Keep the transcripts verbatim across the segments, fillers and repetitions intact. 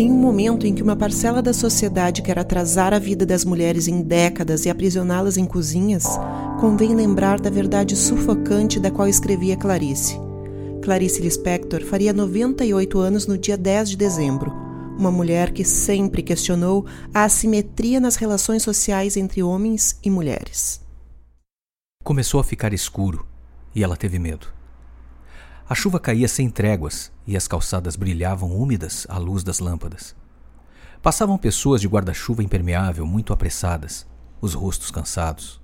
Em um momento em que uma parcela da sociedade quer atrasar a vida das mulheres em décadas e aprisioná-las em cozinhas, convém lembrar da verdade sufocante da qual escrevia Clarice. Clarice Lispector faria noventa e oito anos no dia dez de dezembro, uma mulher que sempre questionou a assimetria nas relações sociais entre homens e mulheres. Começou a ficar escuro e ela teve medo. A chuva caía sem tréguas e as calçadas brilhavam úmidas à luz das lâmpadas. Passavam pessoas de guarda-chuva impermeável muito apressadas, os rostos cansados.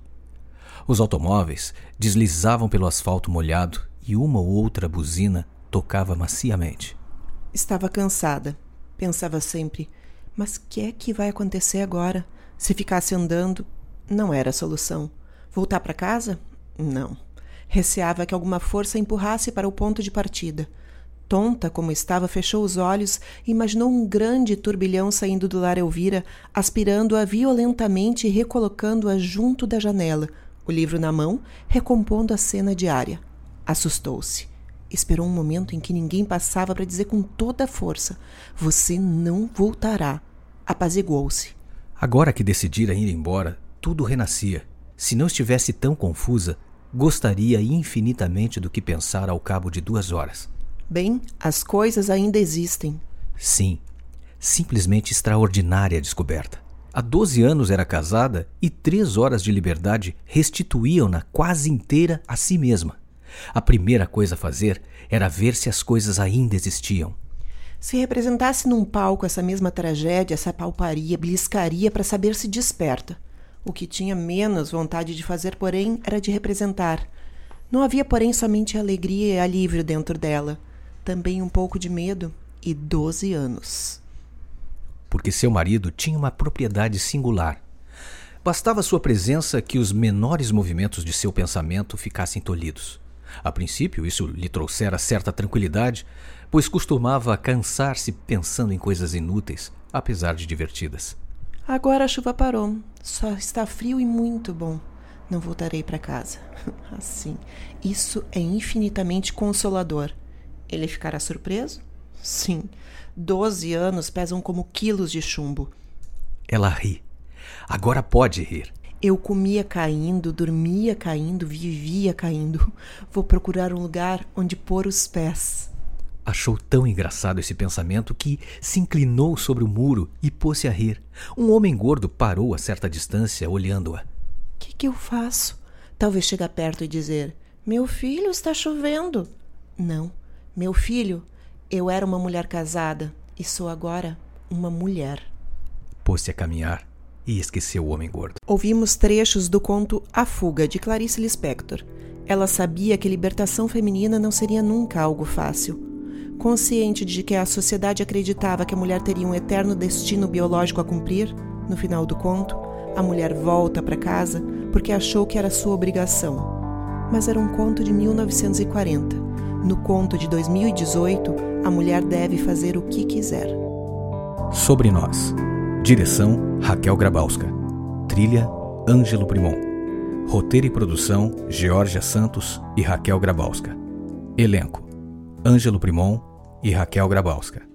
Os automóveis deslizavam pelo asfalto molhado e uma ou outra buzina tocava maciamente. Estava cansada. Pensava sempre, mas o que é que vai acontecer agora? Se ficasse andando, não era a solução. Voltar para casa? Não. Receava que alguma força empurrasse para o ponto de partida. Tonta como estava, fechou os olhos e imaginou um grande turbilhão saindo do lar Elvira, aspirando-a violentamente e recolocando-a junto da janela, o livro na mão, recompondo a cena diária. Assustou-se. Esperou um momento em que ninguém passava para dizer com toda a força: você não voltará. Apaziguou-se. Agora que decidira ir embora, tudo renascia. Se não estivesse tão confusa, gostaria infinitamente do que pensara ao cabo de duas horas. Bem, as coisas ainda existem. Sim, simplesmente extraordinária descoberta. Há doze anos era casada e três horas de liberdade restituíam-na quase inteira a si mesma. A primeira coisa a fazer era ver se as coisas ainda existiam. Se representasse num palco essa mesma tragédia, essa palparia, beliscaria para saber se desperta. O que tinha menos vontade de fazer, porém, era de representar. Não havia, porém, somente alegria e alívio dentro dela. Também um pouco de medo e doze anos. Porque seu marido tinha uma propriedade singular. Bastava sua presença que os menores movimentos de seu pensamento ficassem tolhidos. A princípio, isso lhe trouxera certa tranquilidade, pois costumava cansar-se pensando em coisas inúteis, apesar de divertidas. Agora a chuva parou. Só está frio e muito bom. Não voltarei para casa. Assim, isso é infinitamente consolador. Ele ficará surpreso? Sim. Doze anos pesam como quilos de chumbo. Ela ri. Agora pode rir. Eu comia caindo, dormia caindo, vivia caindo. Vou procurar um lugar onde pôr os pés. Achou tão engraçado esse pensamento que se inclinou sobre o muro e pôs-se a rir. Um homem gordo parou a certa distância, olhando-a. O que, que eu faço? Talvez chegar perto e dizer: meu filho, está chovendo. Não, meu filho, eu era uma mulher casada e sou agora uma mulher. Pôs-se a caminhar e esqueceu o homem gordo. Ouvimos trechos do conto A Fuga, de Clarice Lispector. Ela sabia que libertação feminina não seria nunca algo fácil. Consciente de que a sociedade acreditava que a mulher teria um eterno destino biológico a cumprir, no final do conto, a mulher volta para casa porque achou que era sua obrigação. Mas era um conto de mil novecentos e quarenta. No conto de dois mil e dezoito, a mulher deve fazer o que quiser. Sobre Nós. Direção: Raquel Grabowska. Trilha: Ângelo Primon. Roteiro e produção: Georgia Santos e Raquel Grabowska. Elenco: Ângelo Primon e Raquel Grabowska.